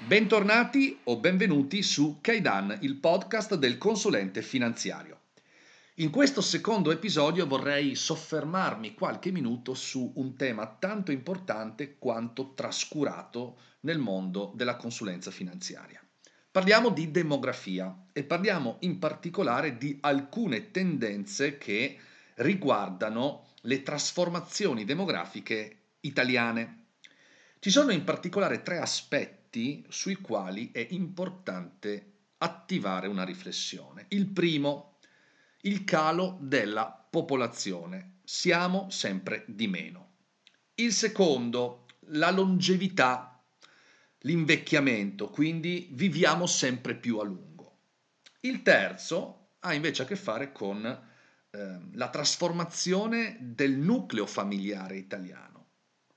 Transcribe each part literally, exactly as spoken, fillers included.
Bentornati o benvenuti su Kaidan, il podcast del consulente finanziario. In questo secondo episodio vorrei soffermarmi qualche minuto su un tema tanto importante quanto trascurato nel mondo della consulenza finanziaria. Parliamo di demografia e parliamo in particolare di alcune tendenze che riguardano le trasformazioni demografiche italiane. Ci sono in particolare tre aspetti sui quali è importante attivare una riflessione. Il primo, il calo della popolazione. Siamo sempre di meno. Il secondo, la longevità, l'invecchiamento, quindi viviamo sempre più a lungo. Il terzo ha invece a che fare con eh, la trasformazione del nucleo familiare italiano.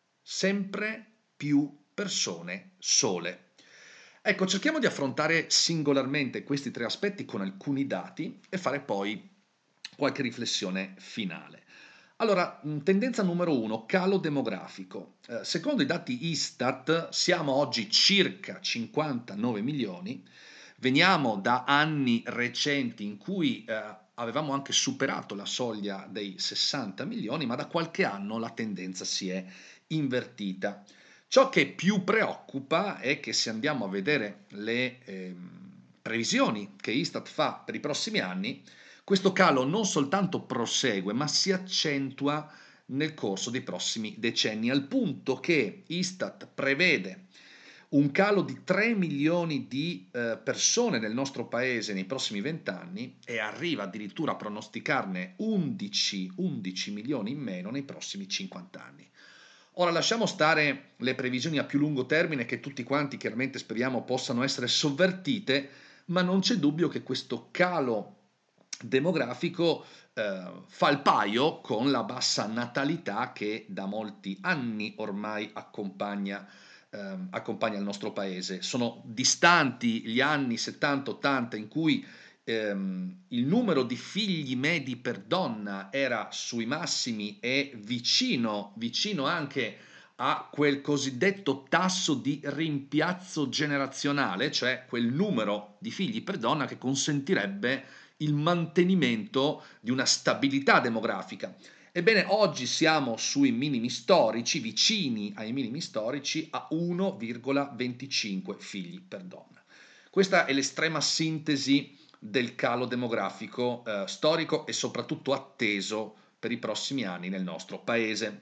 Sempre più persone sole. Ecco, cerchiamo di affrontare singolarmente questi tre aspetti con alcuni dati e fare poi qualche riflessione finale. Allora, tendenza numero uno, calo demografico. Eh, secondo i dati Istat siamo oggi circa cinquantanove milioni, veniamo da anni recenti in cui eh, avevamo anche superato la soglia dei sessanta milioni, ma da qualche anno la tendenza si è invertita. Ciò che più preoccupa è che se andiamo a vedere le eh, previsioni che Istat fa per i prossimi anni, questo calo non soltanto prosegue, ma si accentua nel corso dei prossimi decenni, al punto che Istat prevede un calo di tre milioni di eh, persone nel nostro paese nei prossimi vent'anni e arriva addirittura a pronosticarne undici, undici milioni in meno nei prossimi cinquanta anni. Ora lasciamo stare le previsioni a più lungo termine che tutti quanti chiaramente speriamo possano essere sovvertite, ma non c'è dubbio che questo calo demografico eh, fa il paio con la bassa natalità che da molti anni ormai accompagna, eh, accompagna il nostro paese. Sono distanti gli anni settanta ottanta in cui ehm, il numero di figli medi per donna era sui massimi e vicino, vicino anche a quel cosiddetto tasso di rimpiazzo generazionale, cioè quel numero di figli per donna che consentirebbe il mantenimento di una stabilità demografica. Ebbene, oggi siamo sui minimi storici, vicini ai minimi storici, a uno virgola venticinque figli per donna. Questa è l'estrema sintesi del calo demografico eh, storico e soprattutto atteso per i prossimi anni nel nostro paese.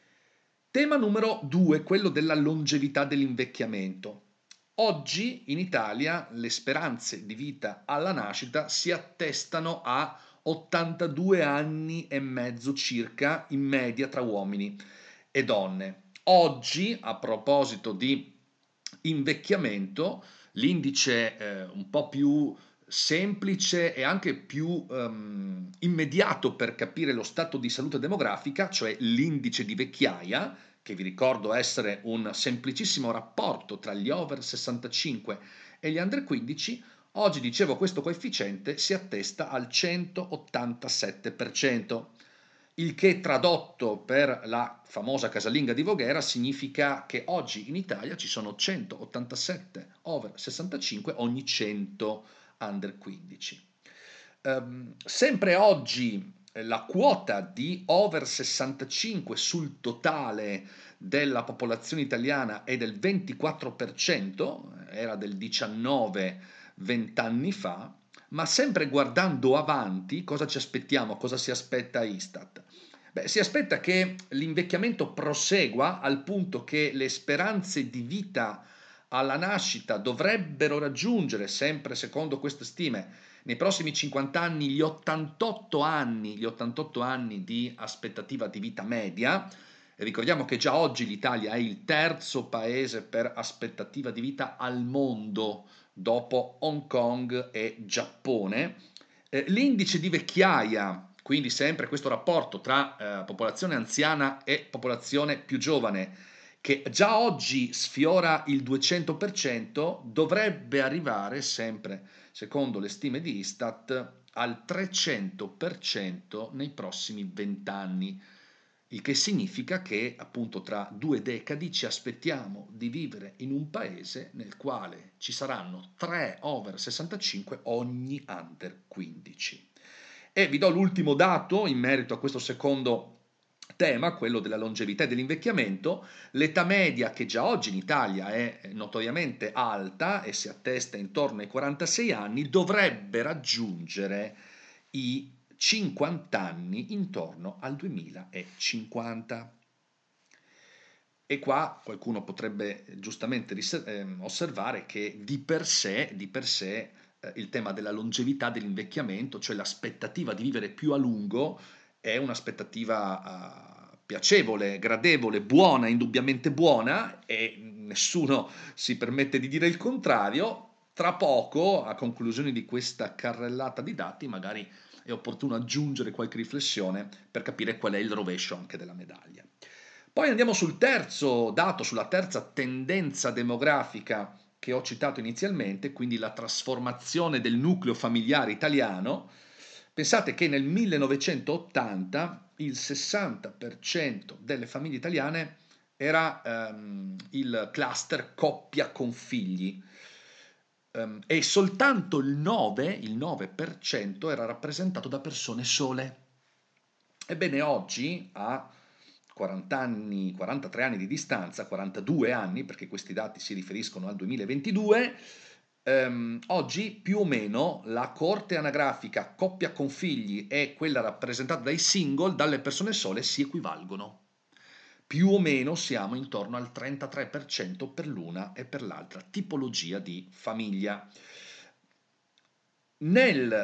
Tema numero due, quello della longevità dell'invecchiamento. Oggi in Italia le speranze di vita alla nascita si attestano a ottantadue anni e mezzo circa in media tra uomini e donne. Oggi, a proposito di invecchiamento, l'indice eh, un po' più semplice e anche più um, immediato per capire lo stato di salute demografica, cioè l'indice di vecchiaia, che vi ricordo essere un semplicissimo rapporto tra gli over sessantacinque e gli under quindici, oggi dicevo questo coefficiente si attesta al centottantasette per cento, il che tradotto per la famosa casalinga di Voghera significa che oggi in Italia ci sono centottantasette over sessantacinque ogni cento under quindici. Um, sempre oggi eh, la quota di over sessantacinque sul totale della popolazione italiana è del ventiquattro per cento, era del diciannove venti anni fa, ma sempre guardando avanti, cosa ci aspettiamo, cosa si aspetta Istat? Beh, si aspetta che l'invecchiamento prosegua al punto che le speranze di vita alla nascita dovrebbero raggiungere, sempre secondo queste stime, nei prossimi cinquanta anni gli ottantotto anni, gli ottantotto anni di aspettativa di vita media. E ricordiamo che già oggi l'Italia è il terzo paese per aspettativa di vita al mondo, dopo Hong Kong e Giappone. Eh, l'indice di vecchiaia, quindi sempre questo rapporto tra eh, popolazione anziana e popolazione più giovane, che già oggi sfiora il duecento per cento, dovrebbe arrivare, sempre secondo le stime di Istat, al trecento per cento nei prossimi venti anni. il che significa che appunto tra due decadi ci aspettiamo di vivere in un paese nel quale ci saranno tre over sessantacinque ogni under quindici. E vi do l'ultimo dato in merito a questo secondo tema, quello della longevità e dell'invecchiamento. L'età media, che già oggi in Italia è notoriamente alta e si attesta intorno ai quarantasei anni, dovrebbe raggiungere i cinquanta anni intorno al duemilacinquanta. E qua qualcuno potrebbe giustamente ris- ehm, osservare che di per sé, di per sé eh, il tema della longevità, dell'invecchiamento, cioè l'aspettativa di vivere più a lungo, è un'aspettativa eh, piacevole, gradevole, buona, indubbiamente buona, e nessuno si permette di dire il contrario. Tra poco, a conclusione di questa carrellata di dati, magari è opportuno aggiungere qualche riflessione per capire qual è il rovescio anche della medaglia. Poi andiamo sul terzo dato, sulla terza tendenza demografica che ho citato inizialmente, quindi la trasformazione del nucleo familiare italiano. Pensate che nel millenovecentottanta il sessanta per cento delle famiglie italiane era ehm, il cluster coppia con figli. Ehm, e soltanto il nove, il nove per cento era rappresentato da persone sole. Ebbene, oggi, a quaranta anni, quarantatré anni di distanza, quarantadue anni, perché questi dati si riferiscono al duemilaventidue, ehm, oggi più o meno la coorte anagrafica coppia con figli e quella rappresentata dai single, dalle persone sole, si equivalgono. Più o meno siamo intorno al trentatré per cento per l'una e per l'altra tipologia di famiglia. Nel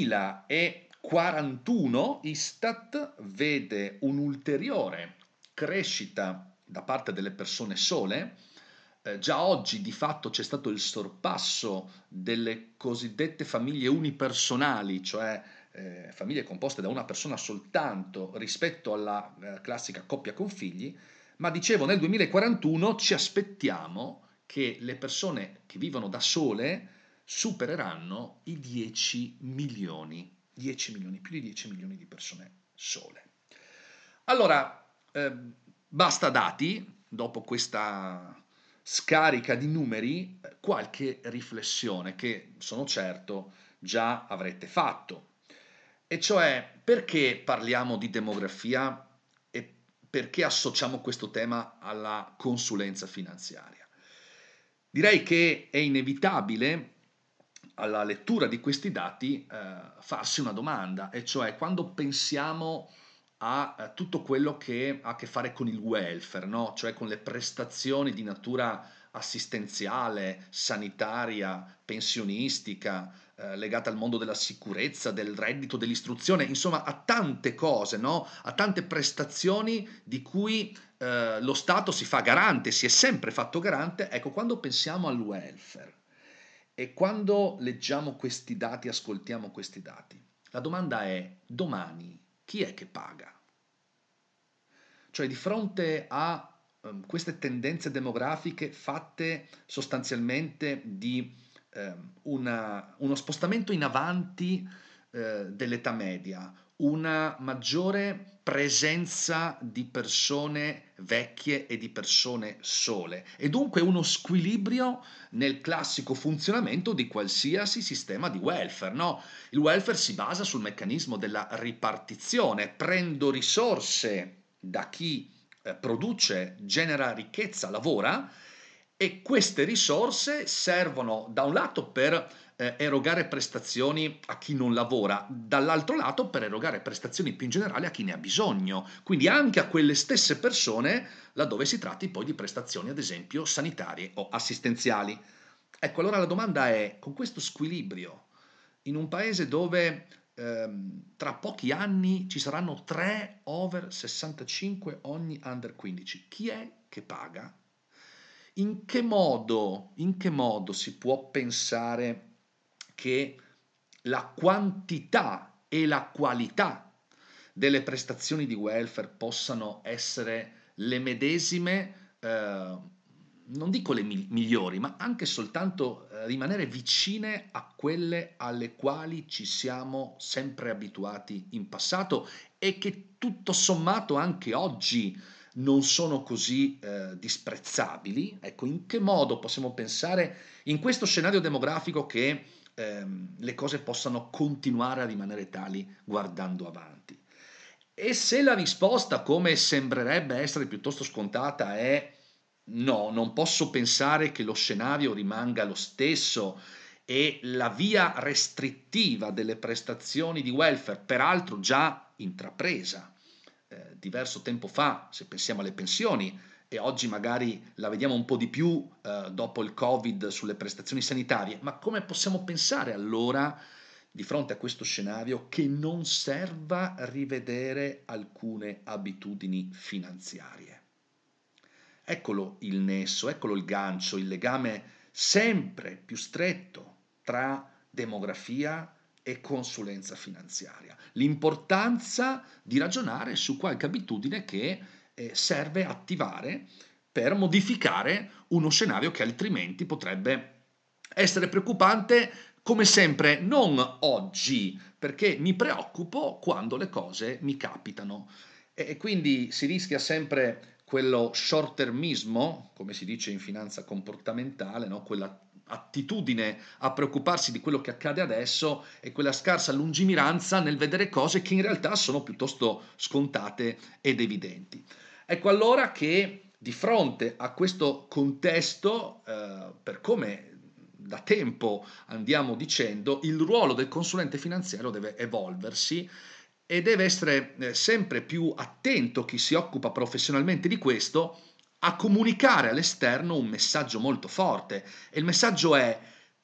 duemilaquarantuno Istat vede un'ulteriore crescita da parte delle persone sole. Eh, già oggi di fatto c'è stato il sorpasso delle cosiddette famiglie unipersonali, cioè eh, famiglie composte da una persona soltanto rispetto alla eh, classica coppia con figli, ma dicevo nel duemilaquarantuno ci aspettiamo che le persone che vivono da sole supereranno i dieci milioni, dieci milioni, più di dieci milioni di persone sole. Allora, eh, basta dati, dopo questa scarica di numeri, qualche riflessione che sono certo già avrete fatto. E cioè, perché parliamo di demografia e perché associamo questo tema alla consulenza finanziaria? Direi che è inevitabile alla lettura di questi dati eh, farsi una domanda, e cioè quando pensiamo a eh, tutto quello che ha a che fare con il welfare, no? Cioè con le prestazioni di natura assistenziale, sanitaria, pensionistica, eh, legata al mondo della sicurezza, del reddito, dell'istruzione, insomma a tante cose, no? A tante prestazioni di cui eh, lo Stato si fa garante, si è sempre fatto garante. Ecco, quando pensiamo al welfare e quando leggiamo questi dati, ascoltiamo questi dati, la domanda è: domani chi è che paga? Cioè, di fronte a ehm, queste tendenze demografiche fatte sostanzialmente di ehm, una- uno spostamento in avanti eh, dell'età media, una maggiore presenza di persone vecchie e di persone sole, e dunque uno squilibrio nel classico funzionamento di qualsiasi sistema di welfare, no? Il welfare si basa sul meccanismo della ripartizione. Prendo risorse da chi eh, produce, genera ricchezza, lavora, e queste risorse servono da un lato per eh, erogare prestazioni a chi non lavora, dall'altro lato per erogare prestazioni più in generale a chi ne ha bisogno, quindi anche a quelle stesse persone laddove si tratti poi di prestazioni ad esempio sanitarie o assistenziali. Ecco, allora la domanda è: con questo squilibrio, in un paese dove ehm, tra pochi anni ci saranno tre over sessantacinque ogni under quindici, chi è che paga? In che modo, in che modo si può pensare che la quantità e la qualità delle prestazioni di welfare possano essere le medesime eh, non dico le mi- migliori, ma anche soltanto eh, rimanere vicine a quelle alle quali ci siamo sempre abituati in passato e che tutto sommato anche oggi non sono così eh, disprezzabili. Ecco, in che modo possiamo pensare in questo scenario demografico che ehm, le cose possano continuare a rimanere tali guardando avanti? E se la risposta, come sembrerebbe essere piuttosto scontata, è no, non posso pensare che lo scenario rimanga lo stesso e la via restrittiva delle prestazioni di welfare, peraltro già intrapresa eh, diverso tempo fa, se pensiamo alle pensioni, e oggi magari la vediamo un po' di più eh, dopo il Covid sulle prestazioni sanitarie, ma come possiamo pensare allora, di fronte a questo scenario, che non serva rivedere alcune abitudini finanziarie? Eccolo il nesso, eccolo il gancio, il legame sempre più stretto tra demografia e consulenza finanziaria. L'importanza di ragionare su qualche abitudine che eh, serve attivare per modificare uno scenario che altrimenti potrebbe essere preoccupante, come sempre, non oggi, perché mi preoccupo quando le cose mi capitano. E quindi si rischia sempre quello short-termismo, come si dice in finanza comportamentale, no? Quella attitudine a preoccuparsi di quello che accade adesso e quella scarsa lungimiranza nel vedere cose che in realtà sono piuttosto scontate ed evidenti. Ecco allora che di fronte a questo contesto, eh, per come da tempo andiamo dicendo, il ruolo del consulente finanziario deve evolversi e deve essere eh, sempre più attento chi si occupa professionalmente di questo a comunicare all'esterno un messaggio molto forte. E il messaggio è: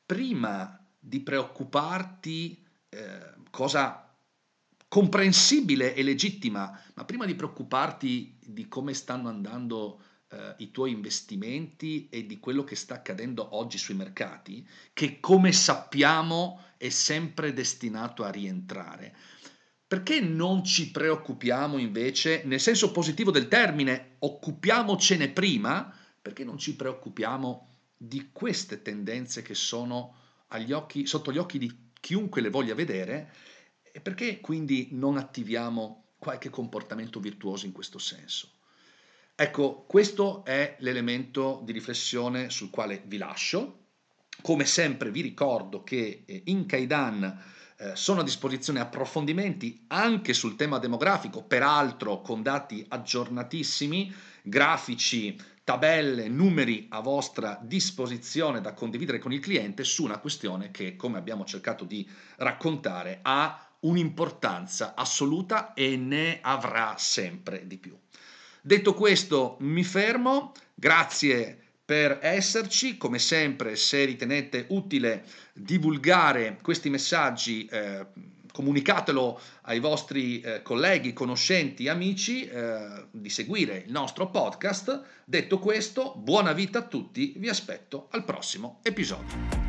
prima di preoccuparti, eh, cosa comprensibile e legittima, ma prima di preoccuparti di come stanno andando eh, i tuoi investimenti e di quello che sta accadendo oggi sui mercati, che come sappiamo è sempre destinato a rientrare. Perché non ci preoccupiamo invece, nel senso positivo del termine, occupiamocene prima? Perché non ci preoccupiamo di queste tendenze che sono agli occhi, sotto gli occhi di chiunque le voglia vedere? E perché quindi non attiviamo qualche comportamento virtuoso in questo senso? Ecco, questo è l'elemento di riflessione sul quale vi lascio. Come sempre vi ricordo che eh, in Kaidan eh, sono a disposizione approfondimenti anche sul tema demografico, peraltro con dati aggiornatissimi, grafici, tabelle, numeri a vostra disposizione da condividere con il cliente su una questione che, come abbiamo cercato di raccontare, ha un'importanza assoluta e ne avrà sempre di più. Detto questo, mi fermo, grazie per esserci, come sempre se ritenete utile divulgare questi messaggi, eh, comunicatelo ai vostri eh, colleghi, conoscenti, amici, eh, di seguire il nostro podcast. Detto questo, buona vita a tutti, vi aspetto al prossimo episodio.